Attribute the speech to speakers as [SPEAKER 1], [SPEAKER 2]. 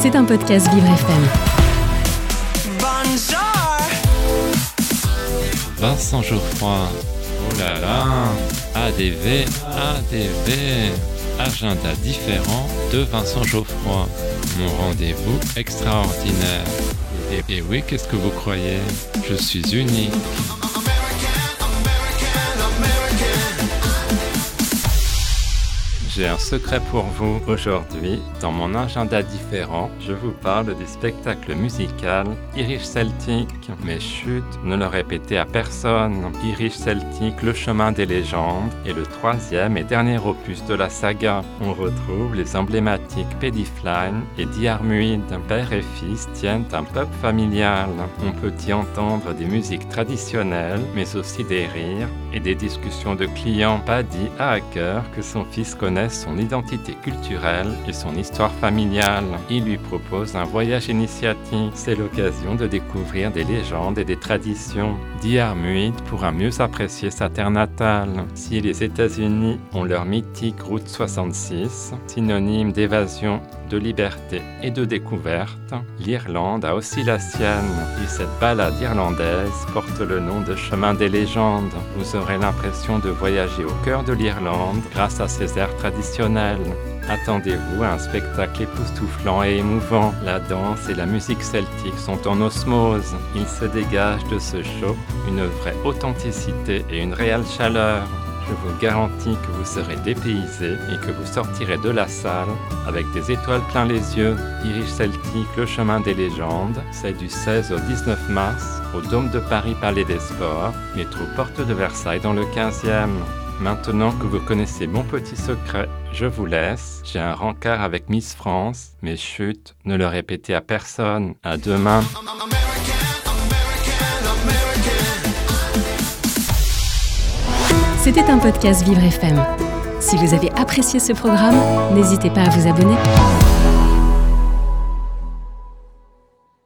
[SPEAKER 1] C'est un podcast Vivre FM.
[SPEAKER 2] Vincent Geoffroy, oh là là, ADV, agenda différent de Vincent Geoffroy, mon rendez-vous extraordinaire. Et oui, qu'est-ce que vous croyez ? Je suis unique. J'ai un secret pour vous. Aujourd'hui, dans mon agenda différent, je vous parle du spectacle musical Irish Celtic. Mais chut, ne le répétez à personne. Irish Celtic, le chemin des légendes, est le troisième et dernier opus de la saga. On retrouve les emblématiques Paddy Flynn et Diarmuid. Père et fils tiennent un pub familial. On peut y entendre des musiques traditionnelles, mais aussi des rires et des discussions de clients. Paddy a à cœur que son fils connaisse son identité culturelle et son histoire familiale. Il lui propose un voyage initiatique. C'est l'occasion de découvrir des légendes et des traditions. Diarmuid pourra mieux apprécier sa terre natale. Si les États-Unis ont leur mythique Route 66, synonyme d'évasion, de liberté et de découverte, l'Irlande a aussi la sienne. Et cette balade irlandaise porte le nom de Chemin des légendes. Vous aurez l'impression de voyager au cœur de l'Irlande grâce à ses airs traditionnels. Attendez-vous à un spectacle époustouflant et émouvant. La danse et la musique celtique sont en osmose. Il se dégage de ce show une vraie authenticité et une réelle chaleur. Je vous garantis que vous serez dépaysé et que vous sortirez de la salle avec des étoiles plein les yeux. Irish Celtic, le chemin des légendes, c'est du 16 au 19 mars au Dôme de Paris Palais des Sports, métro Porte de Versailles dans le 15e. Maintenant que vous connaissez mon petit secret, je vous laisse. J'ai un rencard avec Miss France, mais chut, ne le répétez à personne. À demain.
[SPEAKER 1] C'était un podcast Vivre FM. Si vous avez apprécié ce programme, n'hésitez pas à vous abonner.